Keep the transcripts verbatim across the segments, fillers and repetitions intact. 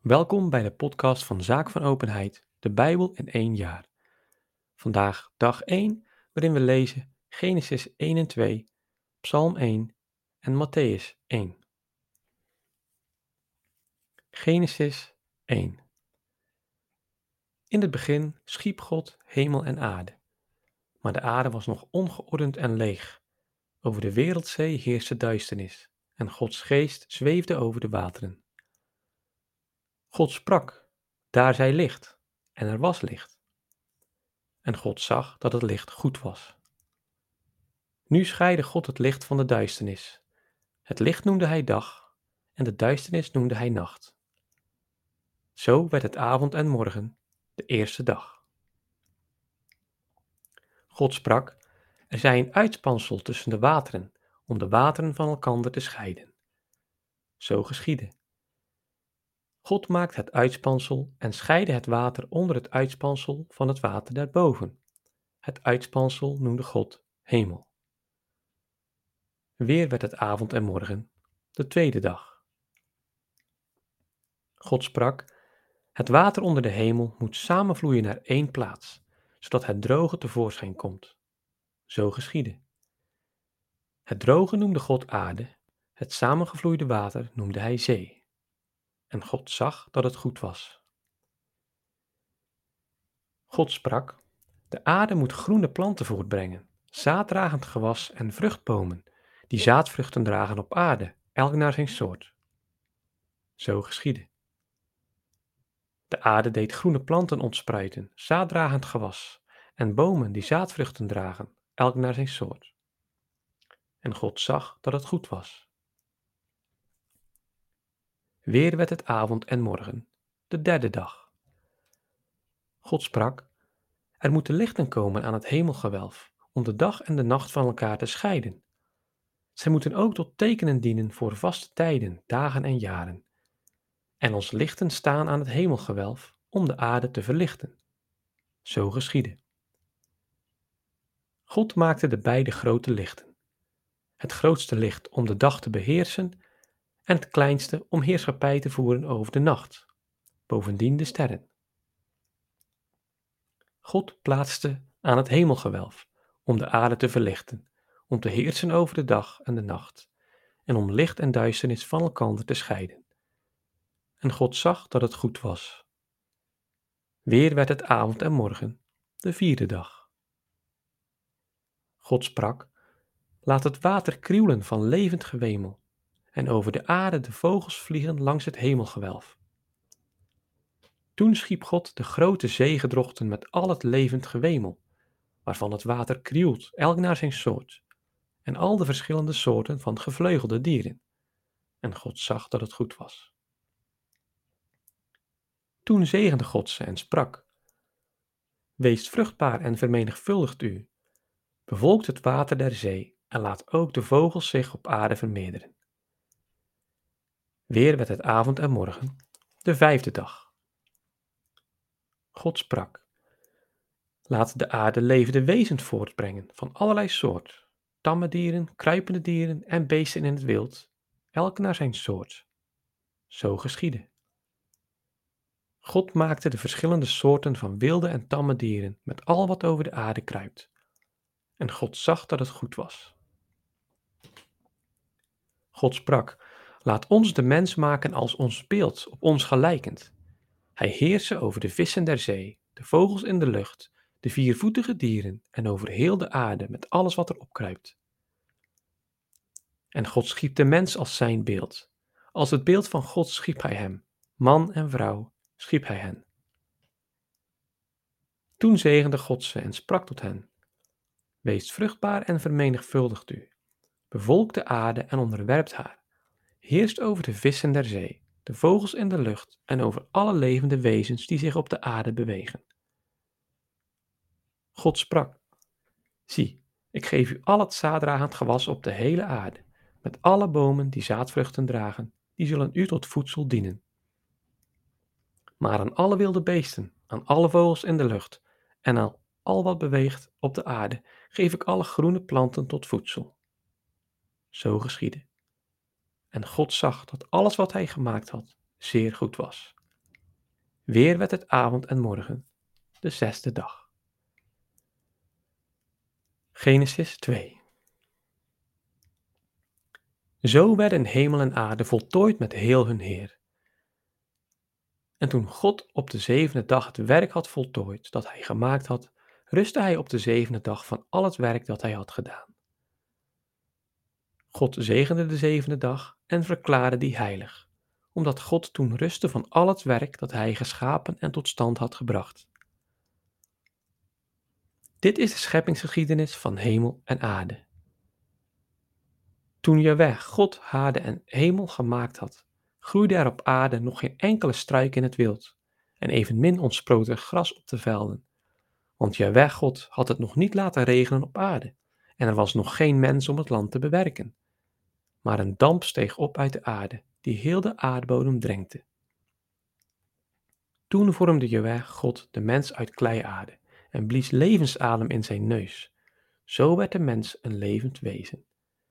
Welkom bij de podcast van Zaak van Openheid, de Bijbel in één jaar. Vandaag dag één, waarin we lezen Genesis één en twee, Psalm één en Matthäus één. Genesis één. In het begin schiep God hemel en aarde, maar de aarde was nog ongeordend en leeg. Over de wereldzee heerste duisternis en Gods geest zweefde over de wateren. God sprak, daar zij licht, en er was licht. En God zag dat het licht goed was. Nu scheidde God het licht van de duisternis. Het licht noemde hij dag en de duisternis noemde hij nacht. Zo werd het avond en morgen, de eerste dag. God sprak, er zij een uitspansel tussen de wateren, om de wateren van elkander te scheiden. Zo geschiedde. God maakte het uitspansel en scheidde het water onder het uitspansel van het water daarboven. Het uitspansel noemde God hemel. Weer werd het avond en morgen, de tweede dag. God sprak, het water onder de hemel moet samenvloeien naar één plaats, zodat het droge tevoorschijn komt. Zo geschiedde. Het droge noemde God aarde, het samengevloeide water noemde hij zee. En God zag dat het goed was. God sprak, de aarde moet groene planten voortbrengen, zaaddragend gewas en vruchtbomen, die zaadvruchten dragen op aarde, elk naar zijn soort. Zo geschiedde. De aarde deed groene planten ontspruiten, zaaddragend gewas, en bomen die zaadvruchten dragen, elk naar zijn soort. En God zag dat het goed was. Weer werd het avond en morgen, de derde dag. God sprak, er moeten lichten komen aan het hemelgewelf, om de dag en de nacht van elkaar te scheiden. Zij moeten ook tot tekenen dienen voor vaste tijden, dagen en jaren. En als lichten staan aan het hemelgewelf, om de aarde te verlichten. Zo geschiedde. God maakte de beide grote lichten. Het grootste licht om de dag te beheersen en het kleinste om heerschappij te voeren over de nacht, bovendien de sterren. God plaatste aan het hemelgewelf om de aarde te verlichten, om te heersen over de dag en de nacht, en om licht en duisternis van elkander te scheiden. En God zag dat het goed was. Weer werd het avond en morgen, de vierde dag. God sprak, laat het water krioelen van levend gewemel, en over de aarde de vogels vliegen langs het hemelgewelf. Toen schiep God de grote zeegedrochten met al het levend gewemel, waarvan het water krioelt, elk naar zijn soort, en al de verschillende soorten van gevleugelde dieren. En God zag dat het goed was. Toen zegende God ze en sprak, wees vruchtbaar en vermenigvuldigt u, bevolkt het water der zee en laat ook de vogels zich op aarde vermeerderen. Weer werd het avond en morgen, de vijfde dag. God sprak, laat de aarde levende wezens voortbrengen van allerlei soort, tamme dieren, kruipende dieren en beesten in het wild, elk naar zijn soort. Zo geschiedde. God maakte de verschillende soorten van wilde en tamme dieren met al wat over de aarde kruipt. En God zag dat het goed was. God sprak, laat ons de mens maken als ons beeld, op ons gelijkend. Hij heerste over de vissen der zee, de vogels in de lucht, de viervoetige dieren en over heel de aarde met alles wat erop kruipt. En God schiep de mens als zijn beeld. Als het beeld van God schiep hij hem, man en vrouw schiep hij hen. Toen zegende God ze en sprak tot hen, wees vruchtbaar en vermenigvuldigt u, bevolk de aarde en onderwerpt haar, heerst over de vissen der zee, de vogels in de lucht en over alle levende wezens die zich op de aarde bewegen. God sprak, zie, ik geef u al het zaaddragend gewas op de hele aarde, met alle bomen die zaadvruchten dragen, die zullen u tot voedsel dienen. Maar aan alle wilde beesten, aan alle vogels in de lucht en aan al wat beweegt op de aarde, geef ik alle groene planten tot voedsel. Zo geschiedde. En God zag dat alles wat hij gemaakt had zeer goed was. Weer werd het avond en morgen, de zesde dag. Genesis twee. Zo werden hemel en aarde voltooid met heel hun Heer. En toen God op de zevende dag het werk had voltooid dat hij gemaakt had, rustte hij op de zevende dag van al het werk dat hij had gedaan. God zegende de zevende dag en verklaarde die heilig, omdat God toen rustte van al het werk dat hij geschapen en tot stand had gebracht. Dit is de scheppingsgeschiedenis van hemel en aarde. Toen Jahweh, God, aarde en hemel gemaakt had, groeide er op aarde nog geen enkele struik in het wild, en evenmin ontsproot er gras op de velden. Want Jahweh, God, had het nog niet laten regenen op aarde, en er was nog geen mens om het land te bewerken. Maar een damp steeg op uit de aarde, die heel de aardbodem drenkte. Toen vormde Jahweh, God, de mens uit kleiaarde en blies levensadem in zijn neus. Zo werd de mens een levend wezen.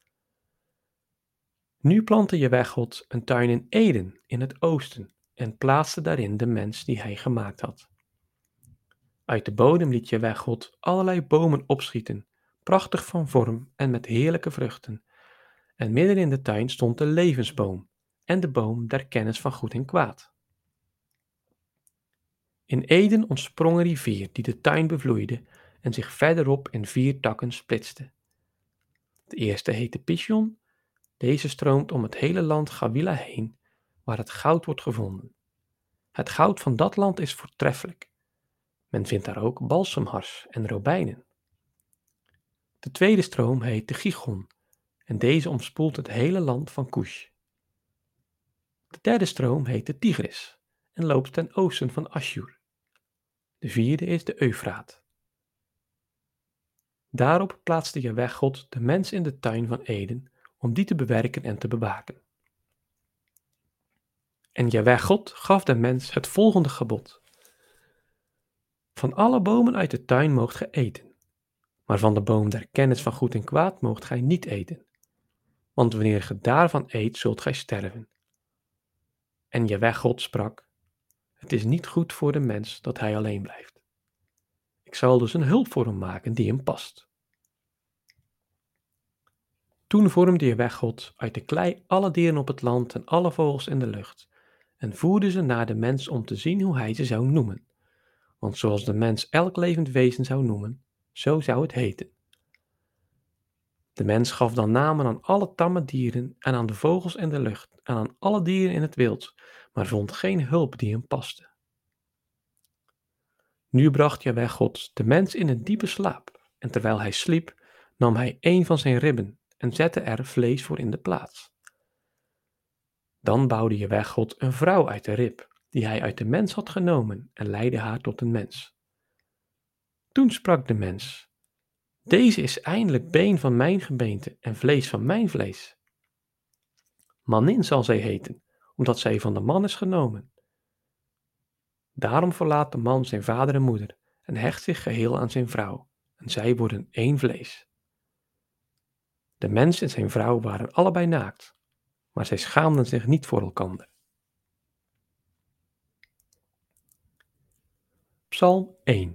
Nu plantte Jahweh God een tuin in Eden in het oosten en plaatste daarin de mens die hij gemaakt had. Uit de bodem liet Jahweh God allerlei bomen opschieten, prachtig van vorm en met heerlijke vruchten. En midden in de tuin stond de levensboom en de boom der kennis van goed en kwaad. In Eden ontsprong een rivier die de tuin bevloeide en zich verderop in vier takken splitste. De eerste heette Pishon. Deze stroomt om het hele land Gawila heen, waar het goud wordt gevonden. Het goud van dat land is voortreffelijk. Men vindt daar ook balsemhars en robijnen. De tweede stroom heet de Gigon en deze omspoelt het hele land van Kush. De derde stroom heet de Tigris en loopt ten oosten van Ashur. De vierde is de Eufraat. Daarop plaatste Jahweh God de mens in de tuin van Eden om die te bewerken en te bewaken. En Jahweh God gaf de mens het volgende gebod. Van alle bomen uit de tuin moogt gij eten, maar van de boom der kennis van goed en kwaad moogt gij niet eten, want wanneer gij daarvan eet, zult gij sterven. En Jahweh God sprak, het is niet goed voor de mens dat hij alleen blijft. Ik zal dus een hulp voor hem maken die hem past. Toen vormde Jahweh God uit de klei alle dieren op het land en alle vogels in de lucht, en voerde ze naar de mens om te zien hoe hij ze zou noemen. Want zoals de mens elk levend wezen zou noemen, zo zou het heten. De mens gaf dan namen aan alle tamme dieren en aan de vogels in de lucht en aan alle dieren in het wild, maar vond geen hulp die hem paste. Nu bracht Jahweh God de mens in een diepe slaap, en terwijl hij sliep, nam hij een van zijn ribben en zette er vlees voor in de plaats. Dan bouwde Jahweh God een vrouw uit de rib, die hij uit de mens had genomen, en leidde haar tot een mens. Toen sprak de mens, deze is eindelijk been van mijn gebeente en vlees van mijn vlees. Manin zal zij heten, omdat zij van de man is genomen. Daarom verlaat de man zijn vader en moeder en hecht zich geheel aan zijn vrouw, en zij worden één vlees. De mens en zijn vrouw waren allebei naakt, maar zij schaamden zich niet voor elkander. Psalm één.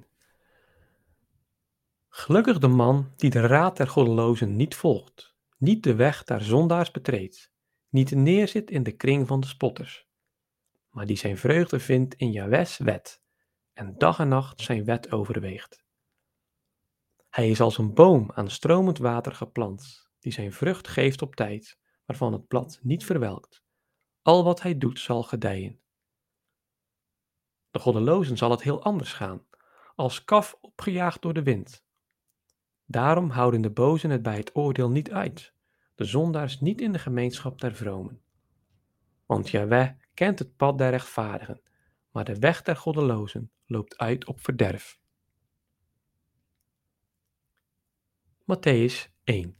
Gelukkig de man die de raad der goddelozen niet volgt, niet de weg der zondaars betreedt, niet neerzit in de kring van de spotters, maar die zijn vreugde vindt in Jahwehs wet en dag en nacht zijn wet overweegt. Hij is als een boom aan stromend water geplant, die zijn vrucht geeft op tijd, waarvan het blad niet verwelkt. Al wat hij doet zal gedijen. De goddelozen zal het heel anders gaan, als kaf opgejaagd door de wind. Daarom houden de bozen het bij het oordeel niet uit, de zondaars niet in de gemeenschap der vromen. Want Jahweh kent het pad der rechtvaardigen, maar de weg der goddelozen loopt uit op verderf. Mattheüs één.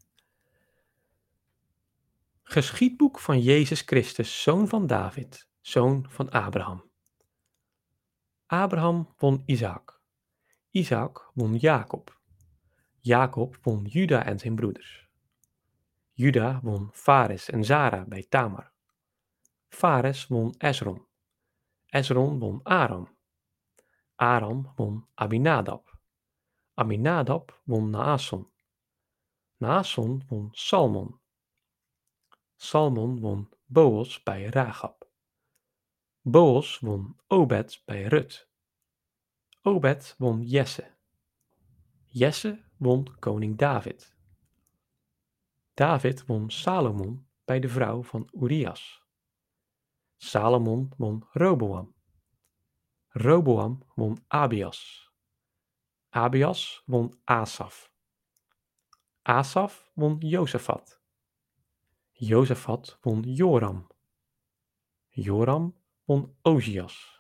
Geschiedboek van Jezus Christus, zoon van David, zoon van Abraham. Abraham won Isaac. Isaac won Jacob. Jacob won Juda en zijn broeders. Juda won Fares en Zara bij Tamar. Fares won Esrom. Esron won Aram. Aram won Aminadab. Aminadab won Naasson. Naasson won Salmon. Salmon won Boos bij Ragab. Boos won Obed bij Rut. Obed won Jesse. Jesse won koning David. David won Salomon bij de vrouw van Urias. Salomon won Roboam. Roboam won Abias. Abias won Asaf. Asaf won Jozefat. Jozefat won Joram. Joram won Ozias.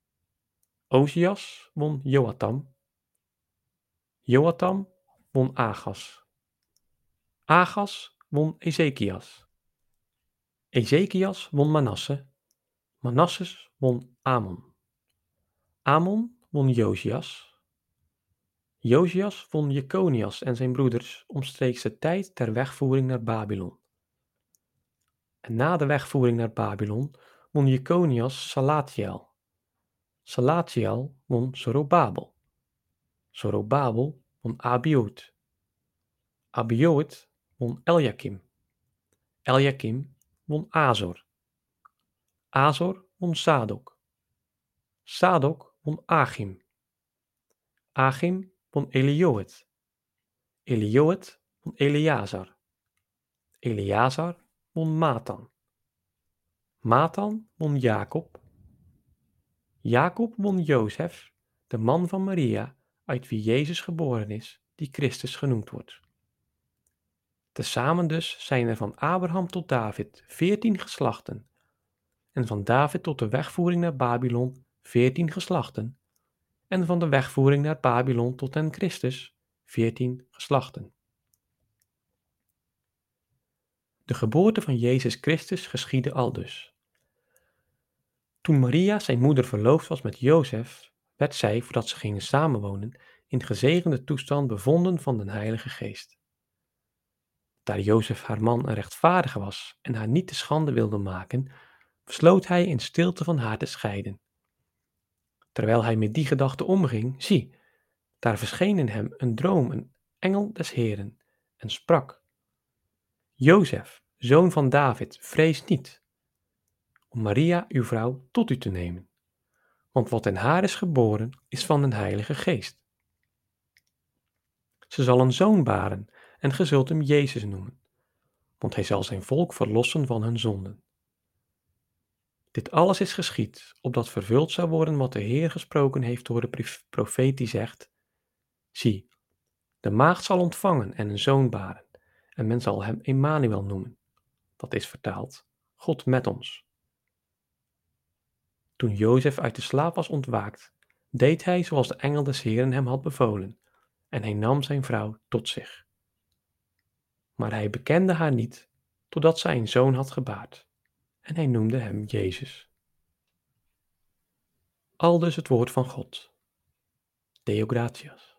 Ozias won Joatam. Joatam won Agas. Agas won Ezekias. Ezekias won Manasse. Manasses won Amon. Amon won Josias. Josias won Jekonias en zijn broeders omstreeks de tijd ter wegvoering naar Babylon. En na de wegvoering naar Babylon won Jekonias Salatiel. Salatiel won Zorobabel. Zorobabel won Abiud. Abiud won Eljakim. Eljakim won Azor. Azor won Sadok. Sadok won Achim. Achim won Elioed. Elioed won Eleazar. Eleazar won Matan. Matan won Jacob. Jacob won Jozef, de man van Maria, uit wie Jezus geboren is, die Christus genoemd wordt. Tezamen dus zijn er van Abraham tot David veertien geslachten, en van David tot de wegvoering naar Babylon veertien geslachten, en van de wegvoering naar Babylon tot den Christus veertien geslachten. De geboorte van Jezus Christus geschiedde aldus. Toen Maria, zijn moeder, verloofd was met Jozef, werd zij, voordat ze gingen samenwonen, in gezegende toestand bevonden van den Heilige Geest. Daar Jozef haar man een rechtvaardige was en haar niet te schande wilde maken, besloot hij in stilte van haar te scheiden. Terwijl hij met die gedachte omging, zie, daar verscheen in hem een droom, een engel des Heeren, en sprak: Jozef, zoon van David, vrees niet om Maria, uw vrouw, tot u te nemen, want wat in haar is geboren, is van den Heilige Geest. Ze zal een zoon baren, en ge zult hem Jezus noemen, want hij zal zijn volk verlossen van hun zonden. Dit alles is geschied, opdat vervuld zou worden wat de Heer gesproken heeft door de profeet die zegt: zie, de maagd zal ontvangen en een zoon baren, en men zal hem Emmanuel noemen. Dat is vertaald: God met ons. Toen Jozef uit de slaap was ontwaakt, deed hij zoals de engel des Heeren hem had bevolen, en hij nam zijn vrouw tot zich. Maar hij bekende haar niet, totdat zij een zoon had gebaard, en hij noemde hem Jezus. Aldus het woord van God. Deo gratias.